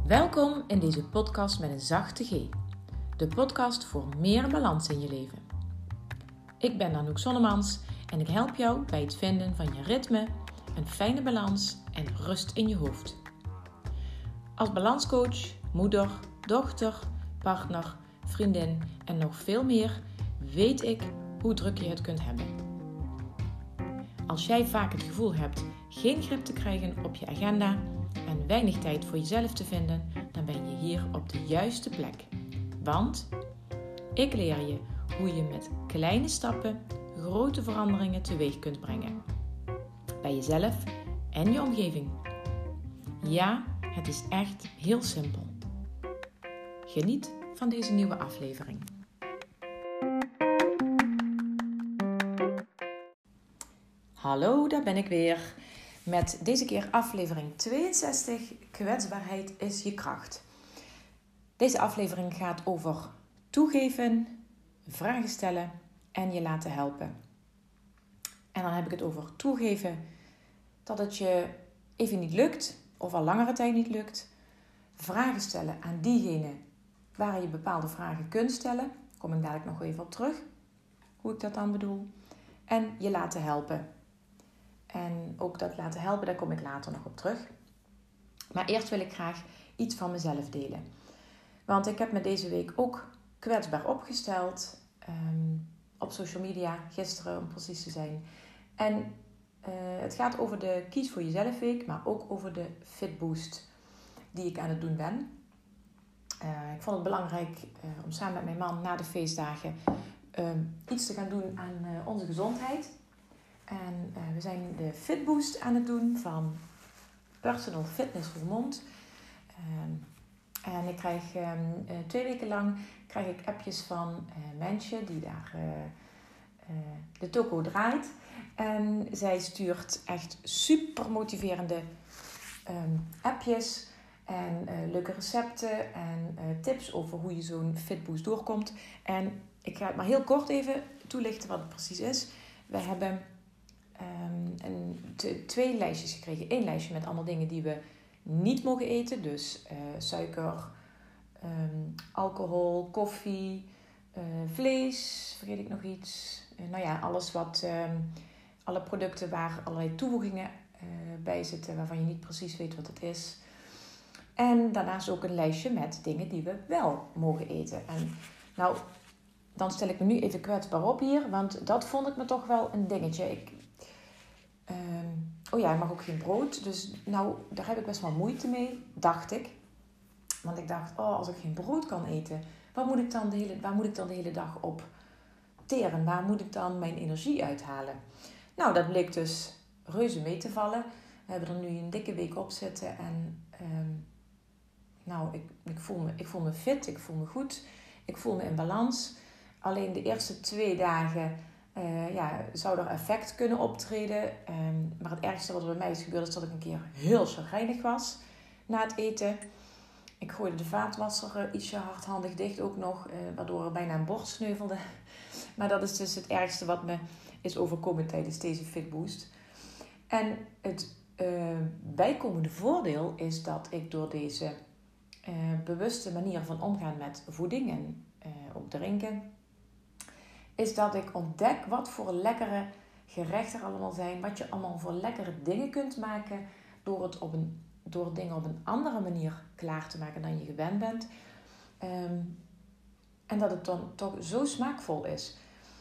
Welkom in deze podcast met een zachte G. De podcast voor meer balans in je leven. Ik ben Anouk Sonnemans en ik help jou bij het vinden van je ritme, een fijne balans en rust in je hoofd. Als balanscoach, moeder, dochter, partner, vriendin en nog veel meer weet ik hoe druk je het kunt hebben. Als jij vaak het gevoel hebt geen grip te krijgen op je agenda en weinig tijd voor jezelf te vinden, dan ben je hier op de juiste plek. Want ik leer je hoe je met kleine stappen grote veranderingen teweeg kunt brengen. Bij jezelf en je omgeving. Ja, het is echt heel simpel. Geniet van deze nieuwe aflevering. Hallo, daar ben ik weer. Met deze keer aflevering 62, kwetsbaarheid is je kracht. Deze aflevering gaat over toegeven, vragen stellen en je laten helpen. En dan heb ik het over toegeven dat het je even niet lukt of al langere tijd niet lukt. Vragen stellen aan diegene waar je bepaalde vragen kunt stellen. Daar kom ik dadelijk nog even op terug, hoe ik dat dan bedoel. En je laten helpen. En ook dat laten helpen, daar kom ik later nog op terug. Maar eerst wil ik graag iets van mezelf delen. Want ik heb me deze week ook kwetsbaar opgesteld. Op social media, gisteren om precies te zijn. En het gaat over de Kies voor Jezelf week, maar ook over de Fit Boost die ik aan het doen ben. Ik vond het belangrijk om samen met mijn man na de feestdagen iets te gaan doen aan onze gezondheid. En we zijn de Fit Boost aan het doen van Personal Fitness Roermond. En ik krijg 2 weken lang appjes van mensen die daar de toko draait. En zij stuurt echt super motiverende appjes en leuke recepten en tips over hoe je zo'n Fit Boost doorkomt. En ik ga het maar heel kort even toelichten wat het precies is. We hebben 2 lijstjes gekregen. 1 lijstje met allemaal dingen die we niet mogen eten. Dus suiker, alcohol, koffie, vlees, vergeet ik nog iets. Alles wat, alle producten waar allerlei toevoegingen bij zitten waarvan je niet precies weet wat het is. En daarnaast ook een lijstje met dingen die we wel mogen eten. En nou, dan stel ik me nu even kwetsbaar op hier, want dat vond ik me toch wel een dingetje. Je mag ook geen brood. Dus nou, daar heb ik best wel moeite mee, dacht ik. Want ik dacht, als ik geen brood kan eten, waar moet ik dan de hele dag op teren? Waar moet ik dan mijn energie uithalen? Nou, dat bleek dus reuze mee te vallen. We hebben er nu een dikke week op zitten. En ik voel me fit, ik voel me goed. Ik voel me in balans. Alleen de eerste 2 dagen zou er effect kunnen optreden. Maar het ergste wat er bij mij is gebeurd is dat ik een keer heel chagrijnig was na het eten. Ik gooide de vaatwasser ietsje hardhandig dicht ook nog, waardoor er bijna een bord sneuvelde. Maar dat is dus het ergste wat me is overkomen tijdens deze Fit Boost. En het bijkomende voordeel is dat ik door deze bewuste manier van omgaan met voeding en ook drinken, is dat ik ontdek wat voor lekkere gerechten er allemaal zijn. Wat je allemaal voor lekkere dingen kunt maken door dingen op een andere manier klaar te maken dan je gewend bent. En dat het dan toch zo smaakvol is.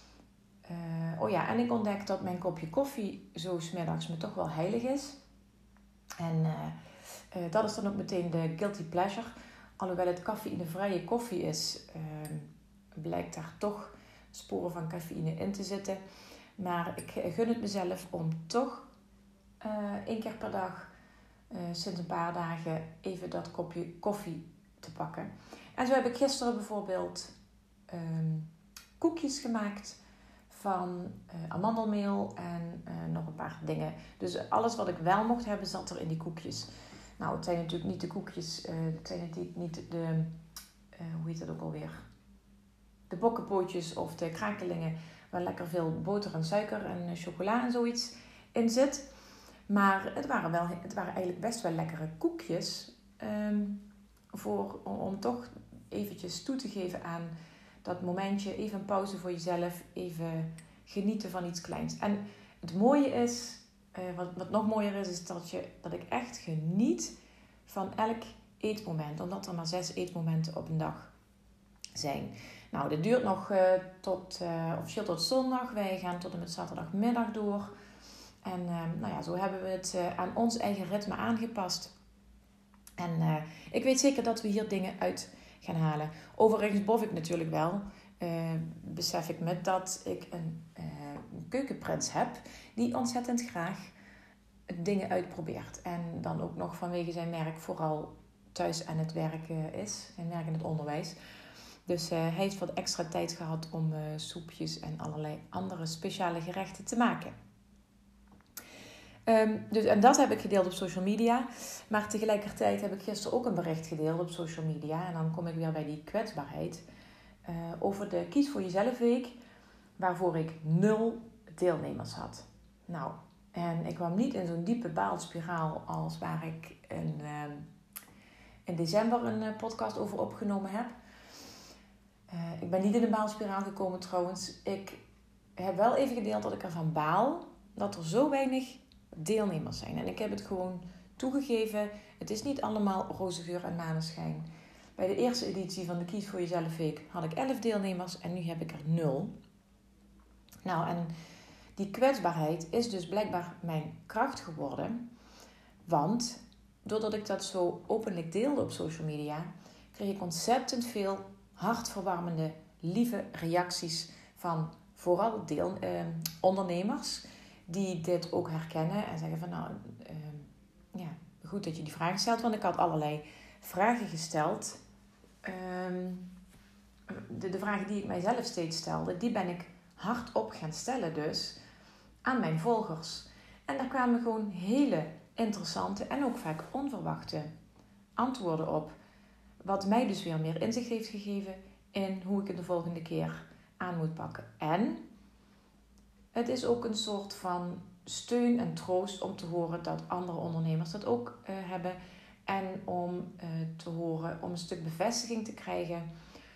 En ik ontdek dat mijn kopje koffie zo 's middags me toch wel heilig is. En dat is dan ook meteen de guilty pleasure. Alhoewel het cafeïnevrije koffie is, blijkt daar toch sporen van cafeïne in te zitten. Maar ik gun het mezelf om toch 1 keer per dag, sinds een paar dagen, even dat kopje koffie te pakken. En zo heb ik gisteren bijvoorbeeld koekjes gemaakt van amandelmeel en nog een paar dingen. Dus alles wat ik wel mocht hebben zat er in die koekjes. Nou, het zijn natuurlijk niet de koekjes, het zijn natuurlijk niet de, hoe heet dat ook alweer? De bokkenpootjes of de krakelingen waar lekker veel boter en suiker en chocola en zoiets in zit. Maar het waren eigenlijk best wel lekkere koekjes. om toch eventjes toe te geven aan dat momentje. Even een pauze voor jezelf. Even genieten van iets kleins. En het mooie is, wat nog mooier is dat ik echt geniet van elk eetmoment. Omdat er maar 6 eetmomenten op een dag zijn. Nou, dit duurt nog officieel tot zondag. Wij gaan tot en met zaterdagmiddag door. En zo hebben we het aan ons eigen ritme aangepast. En ik weet zeker dat we hier dingen uit gaan halen. Overigens bof ik natuurlijk wel. Besef ik me dat ik een keukenprins heb die ontzettend graag dingen uitprobeert. En dan ook nog vanwege zijn werk vooral thuis aan het werken is. En werk in het onderwijs. Dus hij heeft wat extra tijd gehad om soepjes en allerlei andere speciale gerechten te maken. En dat heb ik gedeeld op social media. Maar tegelijkertijd heb ik gisteren ook een bericht gedeeld op social media. En dan kom ik weer bij die kwetsbaarheid. Over de Kies voor Jezelf Week. Waarvoor ik 0 deelnemers had. Nou, en ik kwam niet in zo'n diepe baalspiraal als waar ik in december een podcast over opgenomen heb. Ik ben niet in de baalspiraal gekomen trouwens. Ik heb wel even gedeeld dat ik ervan baal dat er zo weinig deelnemers zijn. En ik heb het gewoon toegegeven. Het is niet allemaal roze geur en maneschijn. Bij de eerste editie van de Kies voor Jezelf Week had ik 11 deelnemers en nu heb ik er 0. Nou, en die kwetsbaarheid is dus blijkbaar mijn kracht geworden. Want doordat ik dat zo openlijk deelde op social media, kreeg ik ontzettend veel hartverwarmende, lieve reacties van vooral ondernemers die dit ook herkennen en zeggen van goed dat je die vragen stelt, want ik had allerlei vragen gesteld. De vragen die ik mijzelf steeds stelde, die ben ik hardop gaan stellen dus aan mijn volgers. En daar kwamen gewoon hele interessante en ook vaak onverwachte antwoorden op. Wat mij dus weer meer inzicht heeft gegeven in hoe ik het de volgende keer aan moet pakken. En het is ook een soort van steun en troost om te horen dat andere ondernemers dat ook hebben. En om te horen, om een stuk bevestiging te krijgen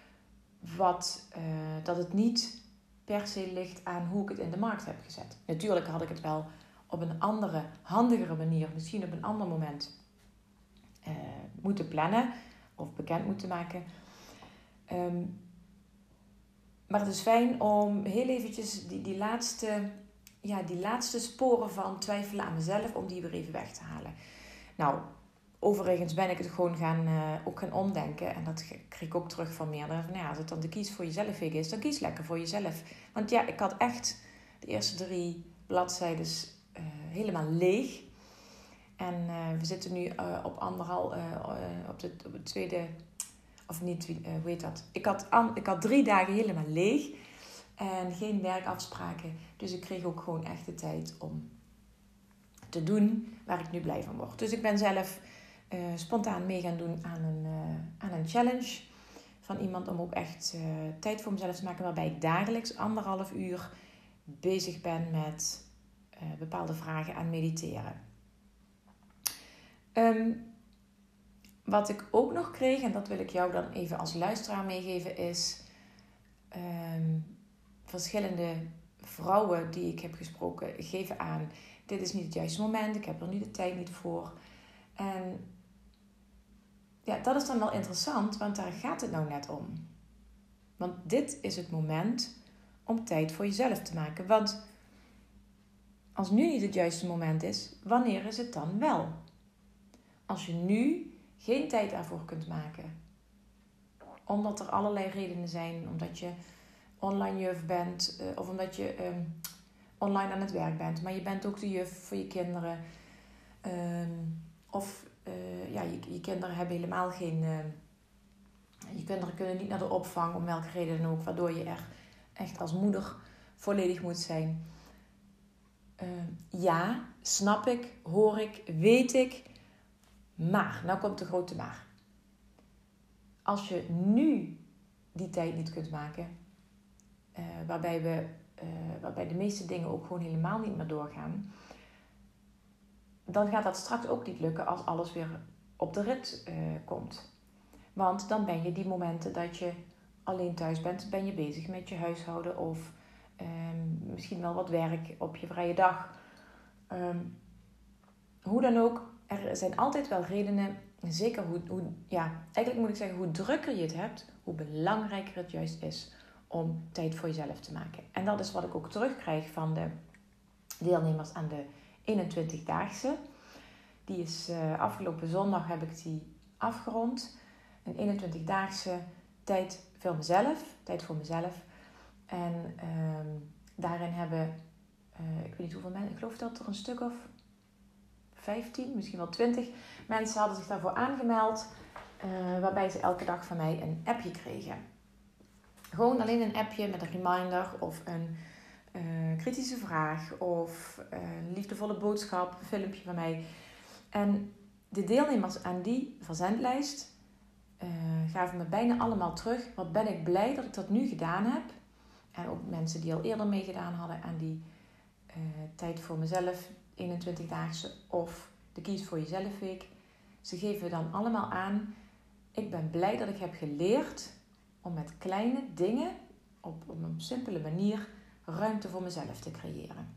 dat het niet per se ligt aan hoe ik het in de markt heb gezet. Natuurlijk had ik het wel op een andere, handigere manier, misschien op een ander moment moeten plannen of bekend moeten maken. Maar het is fijn om heel eventjes die laatste sporen van twijfelen aan mezelf, om die weer even weg te halen. Nou, overigens ben ik het gewoon gaan omdenken. En dat kreeg ik ook terug van meerdere. Als het dan de Kies voor Jezelf Week is, dan kies lekker voor jezelf. Want ja, ik had echt de eerste 3 bladzijden helemaal leeg. En we zitten nu op het tweede, of niet, hoe heet dat? Ik had 3 dagen helemaal leeg en geen werkafspraken. Dus ik kreeg ook gewoon echt de tijd om te doen waar ik nu blij van word. Dus ik ben zelf spontaan mee gaan doen aan een challenge van iemand om ook echt tijd voor mezelf te maken, waarbij ik dagelijks 1,5 uur bezig ben met bepaalde vragen aan mediteren. Wat ik ook nog kreeg, en dat wil ik jou dan even als luisteraar meegeven, is verschillende vrouwen die ik heb gesproken geven aan: dit is niet het juiste moment, ik heb er nu de tijd niet voor. En ja, dat is dan wel interessant, want daar gaat het nou net om. Want dit is het moment om tijd voor jezelf te maken. Want als nu niet het juiste moment is, wanneer is het dan wel? Als je nu geen tijd daarvoor kunt maken, omdat er allerlei redenen zijn, omdat je online juf bent of omdat je online aan het werk bent, maar je bent ook de juf voor je kinderen. Je kinderen hebben helemaal geen... je kinderen kunnen niet naar de opvang, om welke reden dan ook, waardoor je er echt als moeder volledig moet zijn. Ja, snap ik, hoor ik, weet ik. Maar, nou komt de grote maar. Als je nu die tijd niet kunt maken, waarbij de meeste dingen ook gewoon helemaal niet meer doorgaan, dan gaat dat straks ook niet lukken als alles weer op de rit komt. Want dan ben je die momenten dat je alleen thuis bent, ben je bezig met je huishouden of misschien wel wat werk op je vrije dag. Hoe dan ook, er zijn altijd wel redenen, zeker eigenlijk moet ik zeggen, hoe drukker je het hebt, hoe belangrijker het juist is om tijd voor jezelf te maken. En dat is wat ik ook terugkrijg van de deelnemers aan de 21-daagse. Die is afgelopen zondag heb ik die afgerond. Een 21-daagse tijd voor mezelf. En daarin hebben, ik weet niet hoeveel mensen, ik geloof dat er een stuk of 15, misschien wel 20 mensen hadden zich daarvoor aangemeld. Waarbij ze elke dag van mij een appje kregen. Gewoon alleen een appje met een reminder of een kritische vraag of een liefdevolle boodschap, een filmpje van mij. En de deelnemers aan die verzendlijst gaven me bijna allemaal terug. Wat ben ik blij dat ik dat nu gedaan heb. En ook mensen die al eerder meegedaan hadden aan die tijd voor mezelf, 21-daagse of de Kies voor Jezelf week. Ze geven dan allemaal aan, ik ben blij dat ik heb geleerd om met kleine dingen op een simpele manier ruimte voor mezelf te creëren.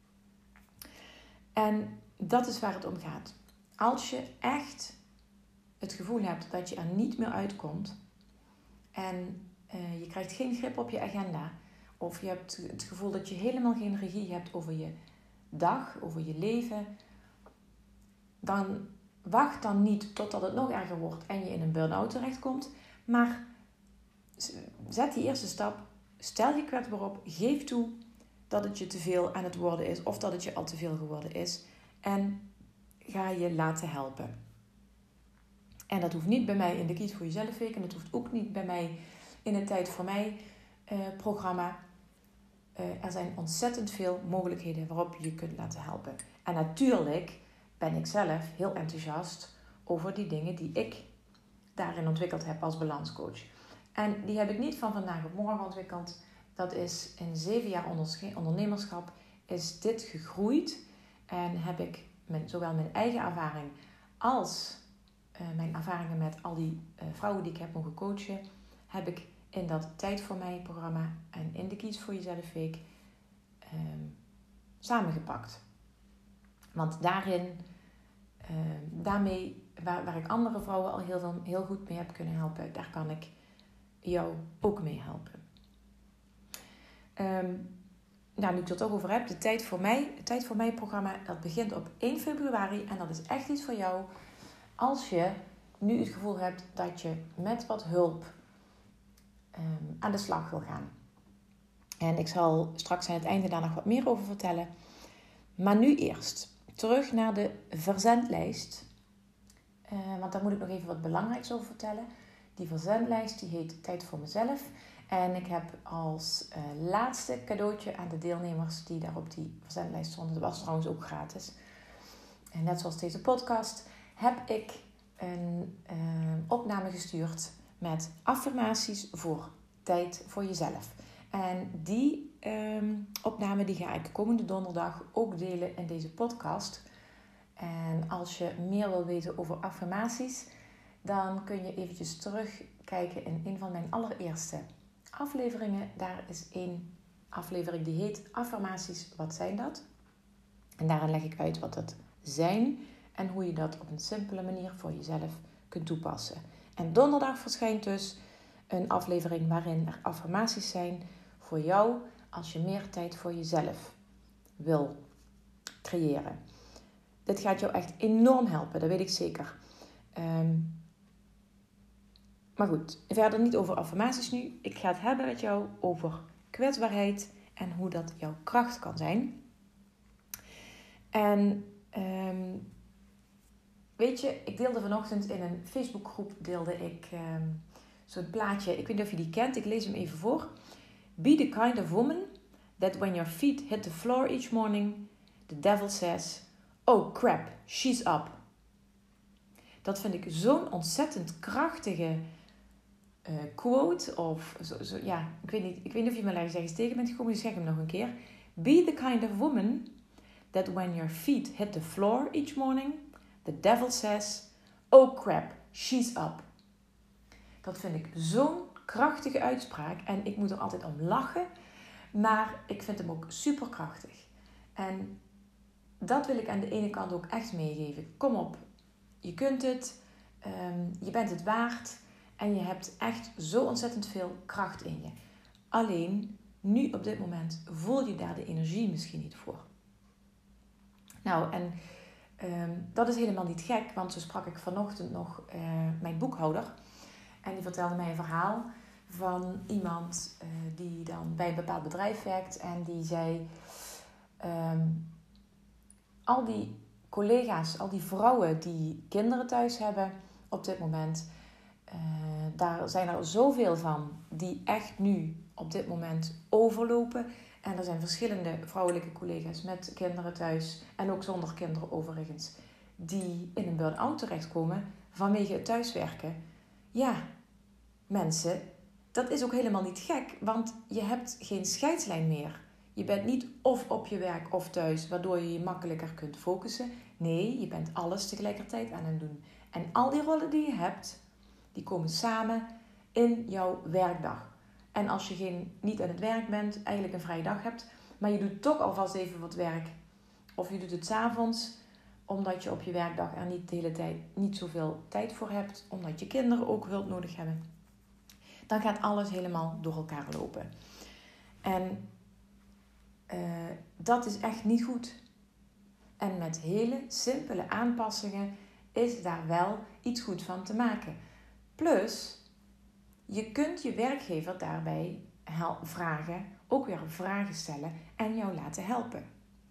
En dat is waar het om gaat. Als je echt het gevoel hebt dat je er niet meer uitkomt en je krijgt geen grip op je agenda of je hebt het gevoel dat je helemaal geen regie hebt over je dag, over je leven, dan wacht dan niet totdat het nog erger wordt en je in een burn-out terechtkomt, maar zet die eerste stap, stel je kwetsbaar op, geef toe dat het je te veel aan het worden is of dat het je al te veel geworden is en ga je laten helpen. En dat hoeft niet bij mij in de Kies voor Jezelf week en dat hoeft ook niet bij mij in het Tijd voor Mij programma. Er zijn ontzettend veel mogelijkheden waarop je je kunt laten helpen. En natuurlijk ben ik zelf heel enthousiast over die dingen die ik daarin ontwikkeld heb als balanscoach. En die heb ik niet van vandaag op morgen ontwikkeld. Dat is in 7 jaar ondernemerschap is dit gegroeid. En heb ik zowel mijn eigen ervaring als mijn ervaringen met al die vrouwen die ik heb mogen coachen, heb ik in dat Tijd voor Mij programma en in de Kies voor Jezelf week samengepakt. Want daarmee, waar ik andere vrouwen al heel goed mee heb kunnen helpen, daar kan ik jou ook mee helpen. Nu ik het er toch over heb, het Tijd voor Mij programma, dat begint op 1 februari en dat is echt iets voor jou als je nu het gevoel hebt dat je met wat hulp aan de slag wil gaan. En ik zal straks aan het einde daar nog wat meer over vertellen. Maar nu eerst terug naar de verzendlijst. Want daar moet ik nog even wat belangrijks over vertellen. Die verzendlijst die heet Tijd voor Mezelf. En ik heb als laatste cadeautje aan de deelnemers die daar op die verzendlijst stonden. Dat was trouwens ook gratis. En net zoals deze podcast heb ik een opname gestuurd met affirmaties voor Tijd voor Jezelf. En die opname die ga ik komende donderdag ook delen in deze podcast. En als je meer wil weten over affirmaties, dan kun je eventjes terugkijken in een van mijn allereerste afleveringen. Daar is 1 aflevering die heet Affirmaties, wat zijn dat? En daarin leg ik uit wat dat zijn en hoe je dat op een simpele manier voor jezelf kunt toepassen. En donderdag verschijnt dus een aflevering waarin er affirmaties zijn voor jou als je meer tijd voor jezelf wil creëren. Dit gaat jou echt enorm helpen, dat weet ik zeker. Maar goed, verder niet over affirmaties nu. Ik ga het hebben met jou over kwetsbaarheid en hoe dat jouw kracht kan zijn. En weet je, ik deelde vanochtend in een Facebookgroep zo'n plaatje. Ik weet niet of je die kent, ik lees hem even voor. Be the kind of woman that when your feet hit the floor each morning, the devil says, oh crap, she's up. Dat vind ik zo'n ontzettend krachtige quote. Of ja, ik weet niet of je me ergens tegen bent gekomen, dus zeg hem nog een keer. Be the kind of woman that when your feet hit the floor each morning, the devil says, oh crap, she's up. Dat vind ik zo'n krachtige uitspraak. En ik moet er altijd om lachen. Maar ik vind hem ook super krachtig. En dat wil ik aan de ene kant ook echt meegeven. Kom op, je kunt het. Je bent het waard. En je hebt echt zo ontzettend veel kracht in je. Alleen, nu op dit moment voel je daar de energie misschien niet voor. Nou, en dat is helemaal niet gek. Want zo sprak ik vanochtend nog mijn boekhouder. En die vertelde mij een verhaal van iemand die dan bij een bepaald bedrijf werkt. En die zei, al die collega's, al die vrouwen die kinderen thuis hebben op dit moment. Daar zijn er zoveel van die echt nu op dit moment overlopen. En er zijn verschillende vrouwelijke collega's met kinderen thuis. En ook zonder kinderen overigens. Die in een burn-out terechtkomen vanwege het thuiswerken. Ja, mensen, dat is ook helemaal niet gek. Want je hebt geen scheidslijn meer. Je bent niet of op je werk of thuis, waardoor je je makkelijker kunt focussen. Nee, je bent alles tegelijkertijd aan het doen. En al die rollen die je hebt, die komen samen in jouw werkdag. En als je niet aan het werk bent, eigenlijk een vrije dag hebt, maar je doet toch alvast even wat werk. Of je doet het 's avonds, omdat je op je werkdag er niet de hele tijd niet zoveel tijd voor hebt. Omdat je kinderen ook hulp nodig hebben. Dan gaat alles helemaal door elkaar lopen. En dat is echt niet goed. En met hele simpele aanpassingen is daar wel iets goed van te maken. Plus, je kunt je werkgever daarbij vragen, ook weer vragen stellen en jou laten helpen.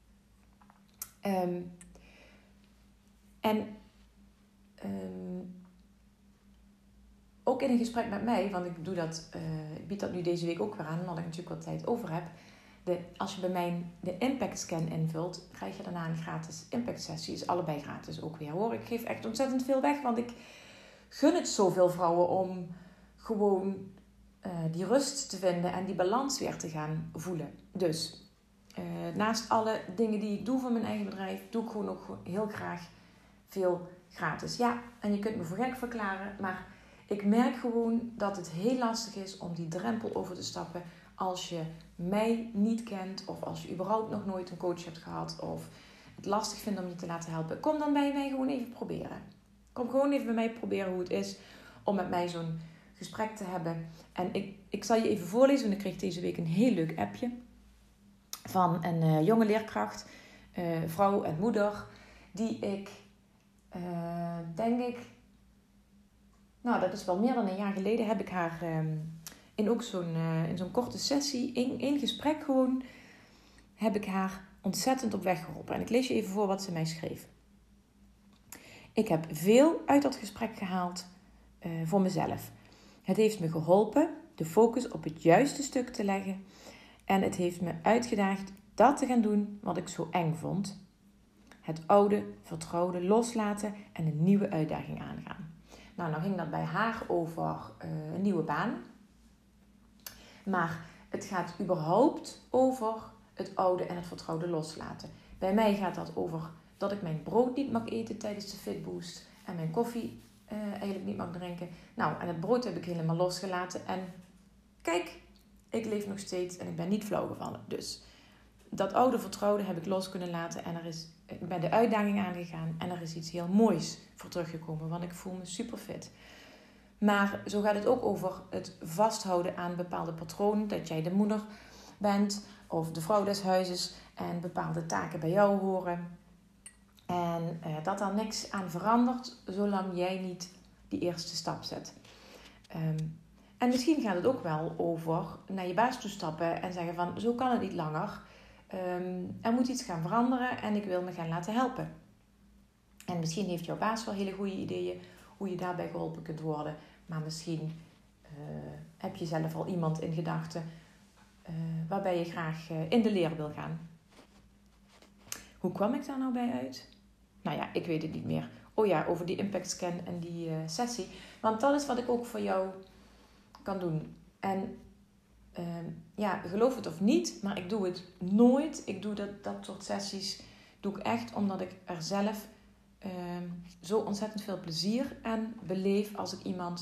Ook in een gesprek met mij, want ik bied dat nu deze week ook weer aan, omdat ik natuurlijk wat tijd over heb. Als je bij mij de impact scan invult, krijg je daarna een gratis impact sessie. Is allebei gratis ook weer hoor. Ik geef echt ontzettend veel weg, want ik gun het zoveel vrouwen om gewoon die rust te vinden en die balans weer te gaan voelen. Dus naast alle dingen die ik doe voor mijn eigen bedrijf, doe ik gewoon ook heel graag veel gratis. Ja, en je kunt me voor gek verklaren, maar ik merk gewoon dat het heel lastig is om die drempel over te stappen als je mij niet kent of als je überhaupt nog nooit een coach hebt gehad of het lastig vindt om je te laten helpen. Kom dan bij mij gewoon even proberen. Kom gewoon even bij mij proberen hoe het is om met mij zo'n gesprek te hebben. En ik zal je even voorlezen, want ik kreeg deze week een heel leuk appje van een jonge leerkracht, vrouw en moeder, die ik, denk ik, nou dat is wel meer dan een jaar geleden, heb ik haar in zo'n korte sessie, één gesprek gewoon, heb ik haar ontzettend op weg geholpen. En ik lees je even voor wat ze mij schreef. Ik heb veel uit dat gesprek gehaald voor mezelf. Het heeft me geholpen de focus op het juiste stuk te leggen. En het heeft me uitgedaagd dat te gaan doen wat ik zo eng vond. Het oude, vertrouwde loslaten en een nieuwe uitdaging aangaan. Nou ging dat bij haar over een nieuwe baan. Maar het gaat überhaupt over het oude en het vertrouwde loslaten. Bij mij gaat dat over dat ik mijn brood niet mag eten tijdens de Fitboost. En mijn koffie eigenlijk niet mag drinken. Nou, en het brood heb ik helemaal losgelaten. En kijk, ik leef nog steeds en ik ben niet flauw gevallen. Dus dat oude vertrouwde heb ik los kunnen laten. En ik ben de uitdaging aangegaan. En er is iets heel moois voor teruggekomen. Want ik voel me super fit. Maar zo gaat het ook over het vasthouden aan bepaalde patronen. Dat jij de moeder bent of de vrouw des huizes en bepaalde taken bij jou horen. En dat daar niks aan verandert zolang jij niet die eerste stap zet. En misschien gaat het ook wel over naar je baas toe stappen en zeggen van zo kan het niet langer. Er moet iets gaan veranderen en ik wil me gaan laten helpen. En misschien heeft jouw baas wel hele goede ideeën hoe je daarbij geholpen kunt worden. Maar misschien heb je zelf al iemand in gedachten waarbij je graag in de leer wil gaan. Hoe kwam ik daar nou bij uit? Nou ja, ik weet het niet meer. Oh ja, over die impact scan en die sessie. Want dat is wat ik ook voor jou kan doen. En geloof het of niet, maar ik doe het nooit. Ik doe dat soort sessies doe ik echt omdat ik er zelf zo ontzettend veel plezier aan beleef als ik iemand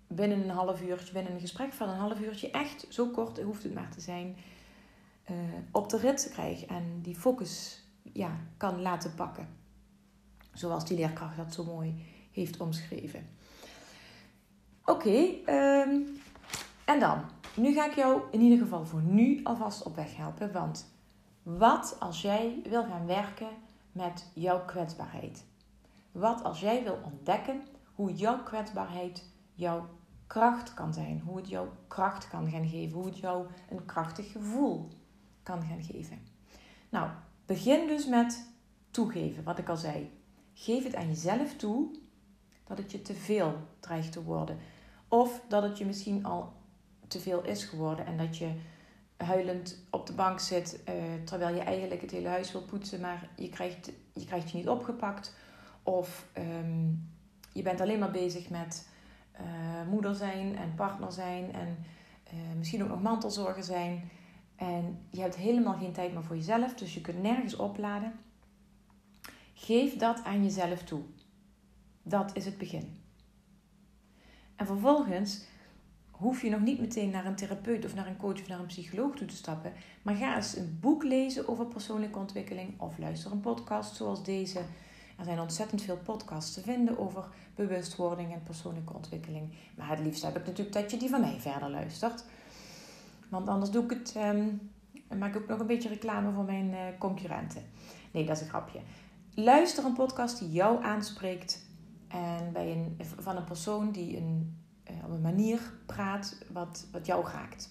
binnen een half uurtje, binnen een gesprek van een half uurtje, echt zo kort hoeft het maar te zijn, op de rit krijg en die focus kan laten pakken. Zoals die leerkracht dat zo mooi heeft omschreven. Oké, en dan? Nu ga ik jou in ieder geval voor nu alvast op weg helpen. Want wat als jij wil gaan werken met jouw kwetsbaarheid? Wat als jij wil ontdekken hoe jouw kwetsbaarheid jouw kracht kan zijn? Hoe het jouw kracht kan gaan geven? Hoe het jou een krachtig gevoel kan gaan geven? Nou, begin dus met toegeven, wat ik al zei. Geef het aan jezelf toe dat het je te veel dreigt te worden. Of dat het je misschien al te veel is geworden en dat je huilend op de bank zit terwijl je eigenlijk het hele huis wil poetsen, maar je krijgt je niet opgepakt. Of je bent alleen maar bezig met moeder zijn en partner zijn en misschien ook nog mantelzorger zijn. En je hebt helemaal geen tijd meer voor jezelf, dus je kunt nergens opladen. Geef dat aan jezelf toe. Dat is het begin. En vervolgens hoef je nog niet meteen naar een therapeut of naar een coach of naar een psycholoog toe te stappen. Maar ga eens een boek lezen over persoonlijke ontwikkeling of luister een podcast zoals deze. Er zijn ontzettend veel podcasts te vinden over bewustwording en persoonlijke ontwikkeling. Maar het liefst heb ik natuurlijk dat je die van mij verder luistert. Want anders doe ik het, maak ik ook nog een beetje reclame voor mijn concurrenten. Nee, dat is een grapje. Luister een podcast die jou aanspreekt en van een persoon die op een manier praat wat jou raakt.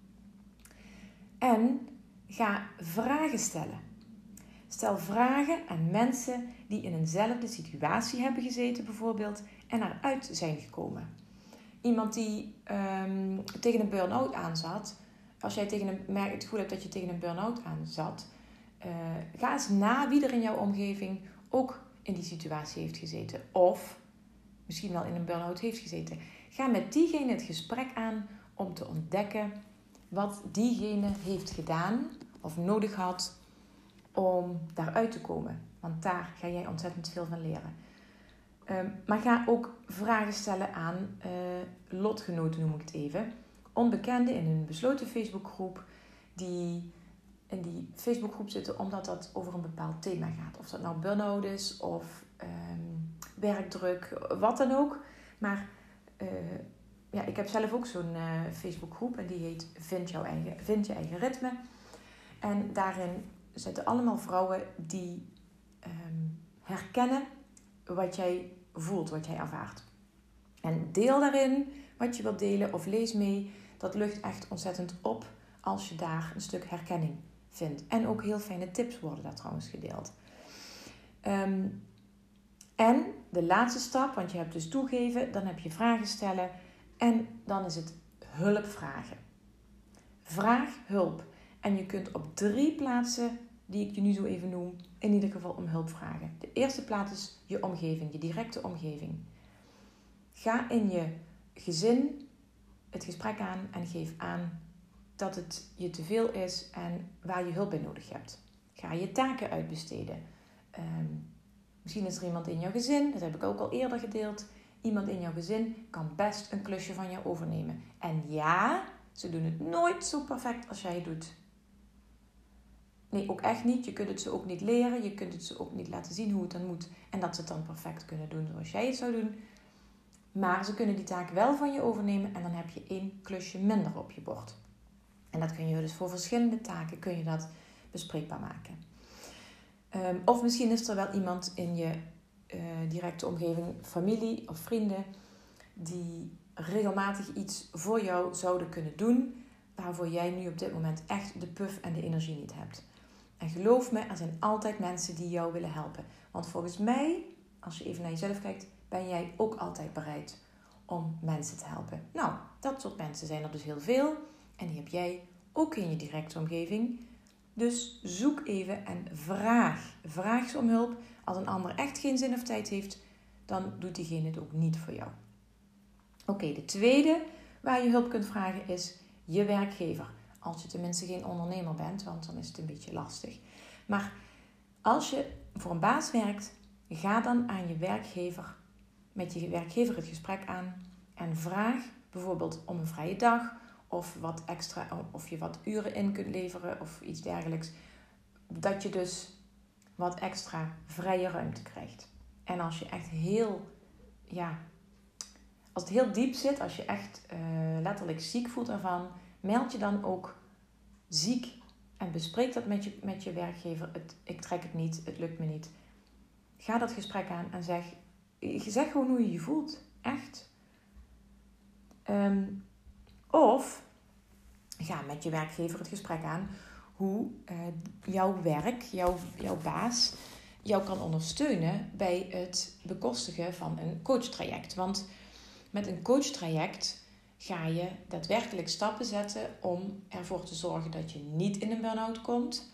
En ga vragen stellen. Stel vragen aan mensen die in eenzelfde situatie hebben gezeten bijvoorbeeld en eruit zijn gekomen. Iemand die tegen een burn-out aan zat. Als jij het gevoel hebt dat je tegen een burn-out aan zat, ga eens na wie er in jouw omgeving ook in die situatie heeft gezeten. Of misschien wel in een burn-out heeft gezeten. Ga met diegene het gesprek aan om te ontdekken wat diegene heeft gedaan of nodig had om daaruit te komen. Want daar ga jij ontzettend veel van leren. Maar ga ook vragen stellen aan lotgenoten, noem ik het even. Onbekenden in een besloten Facebookgroep die in die Facebookgroep zitten omdat dat over een bepaald thema gaat. Of dat nou burn-out is of werkdruk, wat dan ook. Maar ik heb zelf ook zo'n Facebookgroep en die heet Vind je eigen ritme. En daarin zitten allemaal vrouwen die herkennen wat jij voelt, wat jij ervaart. En deel daarin wat je wilt delen of lees mee. Dat lucht echt ontzettend op als je daar een stuk herkenning vindt. En ook heel fijne tips worden daar trouwens gedeeld. En de laatste stap, want je hebt dus toegeven, dan heb je vragen stellen en dan is het hulp vragen. Vraag hulp. En je kunt op 3 plaatsen, die ik je nu zo even noem, in ieder geval om hulp vragen. De eerste plaats is je omgeving, je directe omgeving. Ga in je gezin het gesprek aan en geef aan dat het je te veel is en waar je hulp bij nodig hebt. Ga je taken uitbesteden. Misschien is er iemand in jouw gezin, dat heb ik ook al eerder gedeeld. Iemand in jouw gezin kan best een klusje van jou overnemen. En ja, ze doen het nooit zo perfect als jij het doet. Nee, ook echt niet. Je kunt het ze ook niet leren. Je kunt het ze ook niet laten zien hoe het dan moet. En dat ze het dan perfect kunnen doen zoals jij het zou doen. Maar ze kunnen die taak wel van je overnemen en dan heb je 1 klusje minder op je bord. En dat kun je dus voor verschillende taken kun je dat bespreekbaar maken. Of misschien is er wel iemand in je directe omgeving, familie of vrienden, die regelmatig iets voor jou zouden kunnen doen, waarvoor jij nu op dit moment echt de puff en de energie niet hebt. En geloof me, er zijn altijd mensen die jou willen helpen. Want volgens mij, als je even naar jezelf kijkt, ben jij ook altijd bereid om mensen te helpen. Nou, dat soort mensen zijn er dus heel veel. En die heb jij ook in je directe omgeving. Dus zoek even en vraag ze om hulp. Als een ander echt geen zin of tijd heeft, dan doet diegene het ook niet voor jou. Oké, de tweede waar je hulp kunt vragen is je werkgever. Als je tenminste geen ondernemer bent, want dan is het een beetje lastig. Maar als je voor een baas werkt, ga dan met je werkgever het gesprek aan En vraag bijvoorbeeld om een vrije dag of wat extra, of je wat uren in kunt leveren of iets dergelijks. Dat je dus wat extra vrije ruimte krijgt. En als je echt als het heel diep zit, als je echt letterlijk ziek voelt ervan, meld je dan ook ziek en bespreek dat met je werkgever. Ik trek het niet, het lukt me niet. Ga dat gesprek aan en zeg gewoon hoe je je voelt. Echt. Of ga met je werkgever het gesprek aan hoe jouw werk, jouw baas, jou kan ondersteunen bij het bekostigen van een coachtraject. Want met een coachtraject ga je daadwerkelijk stappen zetten om ervoor te zorgen dat je niet in een burn-out komt.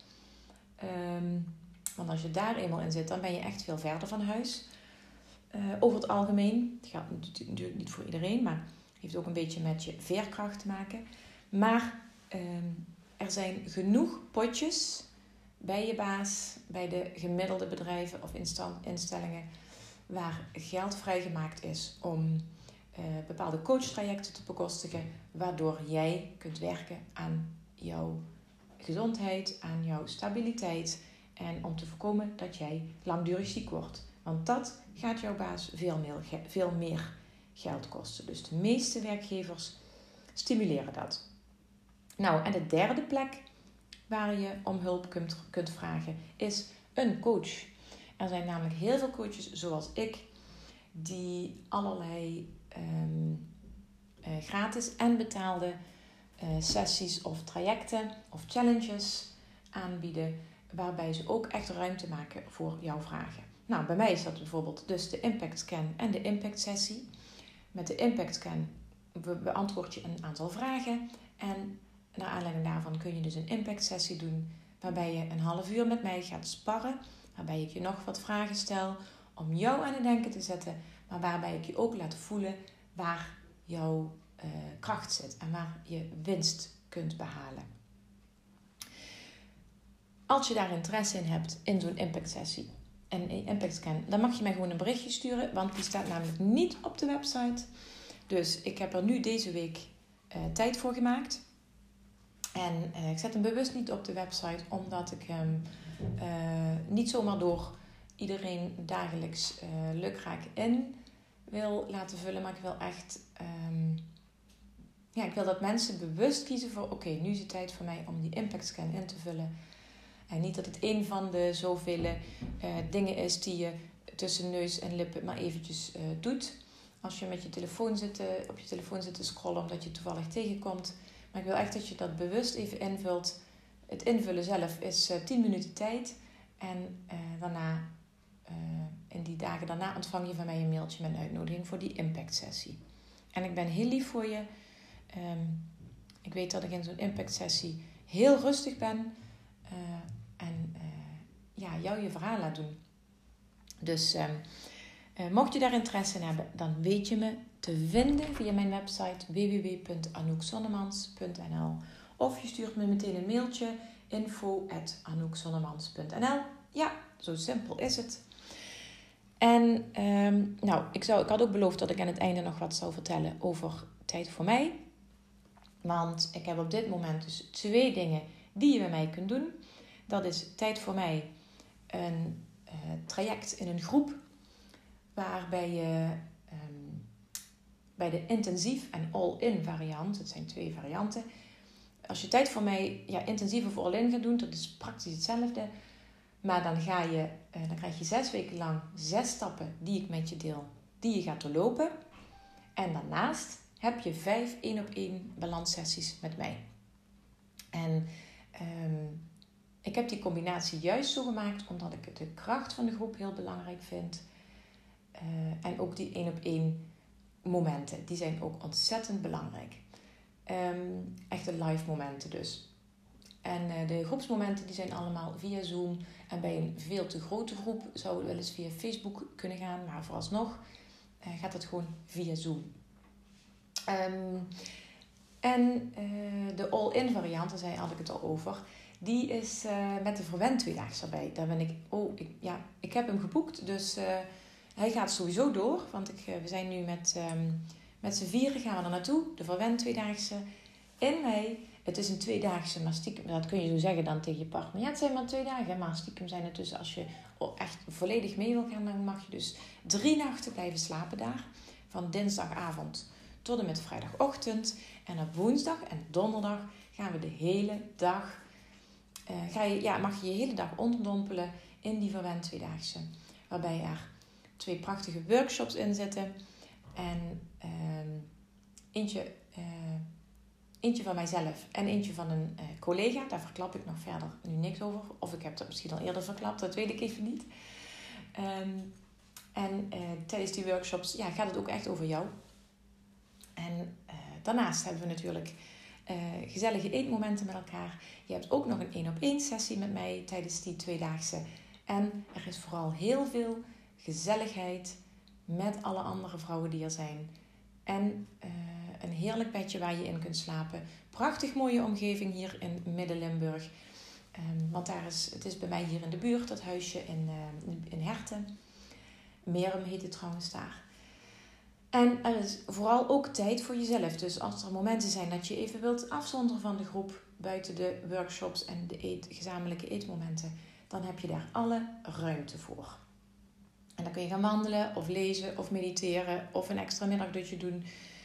Want als je daar eenmaal in zit, dan ben je echt veel verder van huis. Over het algemeen, het geldt natuurlijk niet voor iedereen, maar heeft ook een beetje met je veerkracht te maken. Maar er zijn genoeg potjes bij je baas, bij de gemiddelde bedrijven of instellingen, waar geld vrijgemaakt is om bepaalde coachtrajecten te bekostigen, waardoor jij kunt werken aan jouw gezondheid, aan jouw stabiliteit en om te voorkomen dat jij langdurig ziek wordt. Want dat gaat jouw baas veel meer geld kosten. Dus de meeste werkgevers stimuleren dat. Nou, en de derde plek waar je om hulp kunt vragen is een coach. Er zijn namelijk heel veel coaches zoals ik die allerlei gratis en betaalde sessies of trajecten of challenges aanbieden, waarbij ze ook echt ruimte maken voor jouw vragen. Nou, bij mij is dat bijvoorbeeld dus de Impact Scan en de Impact Sessie. Met de Impact Scan beantwoord je een aantal vragen en naar aanleiding daarvan kun je dus een Impact Sessie doen, waarbij je een half uur met mij gaat sparren, waarbij ik je nog wat vragen stel om jou aan het denken te zetten, maar waarbij ik je ook laat voelen waar jouw kracht zit en waar je winst kunt behalen. Als je daar interesse in hebt in zo'n Impact Sessie en een Impact Scan, dan mag je mij gewoon een berichtje sturen, want die staat namelijk niet op de website. Dus ik heb er nu deze week tijd voor gemaakt. En ik zet hem bewust niet op de website, omdat ik hem niet zomaar door iedereen dagelijks lukraak in wil laten vullen. Maar ik wil echt, ik wil dat mensen bewust kiezen voor, oké, nu is het tijd voor mij om die Impact Scan in te vullen. En niet dat het een van de zoveel dingen is die je tussen neus en lippen maar eventjes doet. Als je met je telefoon op je telefoon zit te scrollen omdat je toevallig tegenkomt. Maar ik wil echt dat je dat bewust even invult. Het invullen zelf is 10 minuten tijd. En daarna, in die dagen daarna ontvang je van mij een mailtje met een uitnodiging voor die Impact Sessie. En ik ben heel lief voor je. Ik weet dat ik in zo'n Impact Sessie heel rustig ben. Jou je verhaal laat doen. Dus mocht je daar interesse in hebben, dan weet je me te vinden via mijn website www.anoukzonnemans.nl of je stuurt me meteen een mailtje info@anoukzonnemans.nl. Ja, zo simpel is het. En ik had ook beloofd dat ik aan het einde nog wat zou vertellen over tijd voor mij. Want ik heb op dit moment dus 2 dingen die je bij mij kunt doen. Dat is tijd voor mij, een traject in een groep, waarbij je bij de intensief en all-in variant, het zijn 2 varianten. Als je tijd voor mij intensief of all-in gaat doen, dat is praktisch hetzelfde. Maar dan krijg je 6 weken lang 6 stappen die ik met je deel, die je gaat doorlopen. En daarnaast heb je 5 1-op-1 balanssessies met mij. En ik heb die combinatie juist zo gemaakt omdat ik de kracht van de groep heel belangrijk vind. En ook die 1-op-1 momenten, die zijn ook ontzettend belangrijk. Echte live momenten dus. En de groepsmomenten die zijn allemaal via Zoom. En bij een veel te grote groep zou het wel eens via Facebook kunnen gaan. Maar vooralsnog gaat het gewoon via Zoom. De all-in variant, daar had ik het al over. Die is met de Verwend 2-daags erbij. Daar ben ik heb hem geboekt. Dus hij gaat sowieso door. Want we zijn nu met Met z'n vieren gaan we er naartoe. De Verwend Tweedaagse in mei. Het is een 2-daagse, maar stiekem, dat kun je zo zeggen dan tegen je partner. Ja, het zijn maar 2 dagen, maar stiekem zijn het dus, als je echt volledig mee wil gaan, dan mag je dus 3 nachten blijven slapen daar. Van dinsdagavond tot en met vrijdagochtend. En op woensdag en donderdag gaan we de hele dag, mag je je hele dag onderdompelen in die Verwend Tweedaagse. Waarbij er 2 prachtige workshops in zitten. En eentje van mijzelf en eentje van een collega. Daar verklap ik nog verder nu niks over. Of ik heb dat misschien al eerder verklapt, dat weet ik even niet. Tijdens die workshops gaat het ook echt over jou. En daarnaast hebben we natuurlijk gezellige eetmomenten met elkaar. Je hebt ook nog een 1-op-1 sessie met mij tijdens die 2-daagse. En er is vooral heel veel gezelligheid met alle andere vrouwen die er zijn. En een heerlijk bedje waar je in kunt slapen. Prachtig mooie omgeving hier in Midden-Limburg. Want het is bij mij hier in de buurt, dat huisje in Herten. Merum heet het trouwens daar. En er is vooral ook tijd voor jezelf. Dus als er momenten zijn dat je even wilt afzonderen van de groep, buiten de workshops en de gezamenlijke eetmomenten, dan heb je daar alle ruimte voor. En dan kun je gaan wandelen of lezen of mediteren of een extra middagdutje doen.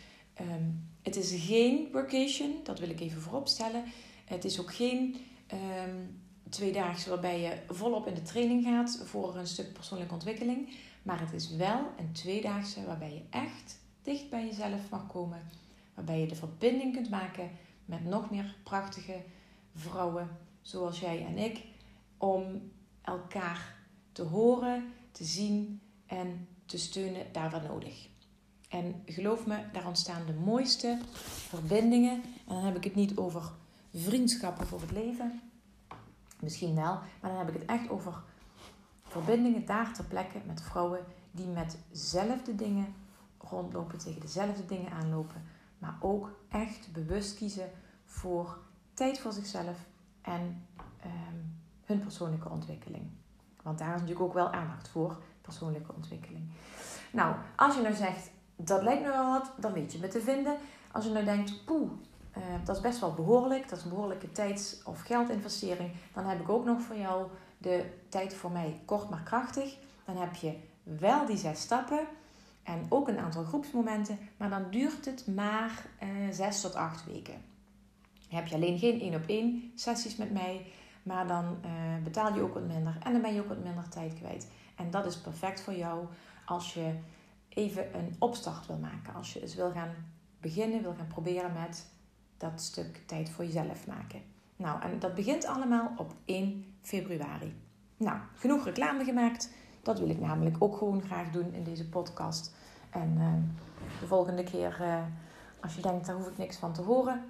Het is geen workation, dat wil ik even vooropstellen. Het is ook geen 2-daagse waarbij je volop in de training gaat voor een stuk persoonlijke ontwikkeling. Maar het is wel een 2-daagse waarbij je echt dicht bij jezelf mag komen. Waarbij je de verbinding kunt maken met nog meer prachtige vrouwen zoals jij en ik. Om elkaar te horen, te zien en te steunen daar waar nodig. En geloof me, daar ontstaan de mooiste verbindingen. En dan heb ik het niet over vriendschappen voor het leven. Misschien wel, maar dan heb ik het echt over verbindingen daar ter plekke met vrouwen die met dezelfde dingen rondlopen, tegen dezelfde dingen aanlopen. Maar ook echt bewust kiezen voor tijd voor zichzelf en hun persoonlijke ontwikkeling. Want daar is natuurlijk ook wel aandacht voor, persoonlijke ontwikkeling. Nou, als je nou zegt, dat lijkt me wel wat, dan weet je me te vinden. Als je nou denkt, dat is best wel behoorlijk, dat is een behoorlijke tijds- of geldinvestering, dan heb ik ook nog voor jou de tijd voor mij kort maar krachtig. Dan heb je wel die 6 stappen en ook een aantal groepsmomenten, maar dan duurt het maar 6 tot 8 weken. Dan heb je alleen geen 1-op-1 sessies met mij, maar dan betaal je ook wat minder en dan ben je ook wat minder tijd kwijt. En dat is perfect voor jou als je even een opstart wil maken. Als je eens wil gaan beginnen, wil gaan proberen met dat stuk tijd voor jezelf maken. Nou, en dat begint allemaal op 1 februari. Nou, genoeg reclame gemaakt. Dat wil ik namelijk ook gewoon graag doen in deze podcast. En de volgende keer, als je denkt, daar hoef ik niks van te horen,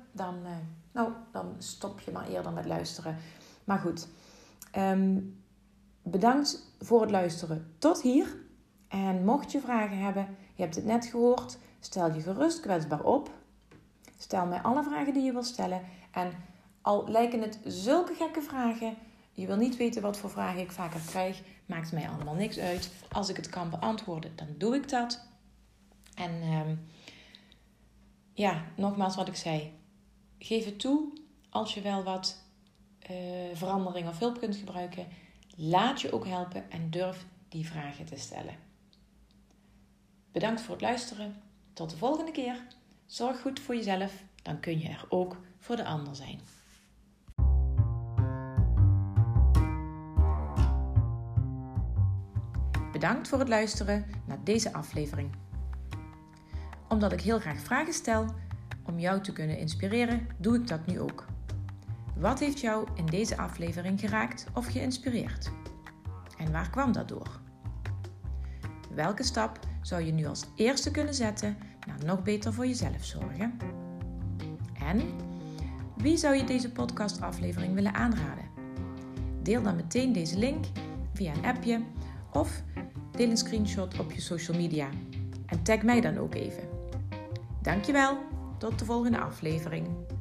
dan stop je maar eerder met luisteren. Maar goed, bedankt voor het luisteren tot hier. En mocht je vragen hebben, je hebt het net gehoord, stel je gerust kwetsbaar op. Stel mij alle vragen die je wilt stellen. En al lijken het zulke gekke vragen, je wil niet weten wat voor vragen ik vaker krijg, maakt mij allemaal niks uit. Als ik het kan beantwoorden, dan doe ik dat. En nogmaals wat ik zei. Geef het toe als je wel wat verandering of hulp kunt gebruiken. Laat je ook helpen en durf die vragen te stellen. Bedankt voor het luisteren. Tot de volgende keer. Zorg goed voor jezelf, dan kun je er ook voor de ander zijn. Bedankt voor het luisteren naar deze aflevering. Omdat ik heel graag vragen stel om jou te kunnen inspireren, doe ik dat nu ook. Wat heeft jou in deze aflevering geraakt of geïnspireerd? En waar kwam dat door? Welke stap zou je nu als eerste kunnen zetten naar nog beter voor jezelf zorgen? En wie zou je deze podcastaflevering willen aanraden? Deel dan meteen deze link via een appje of deel een screenshot op je social media. En tag mij dan ook even. Dankjewel, tot de volgende aflevering.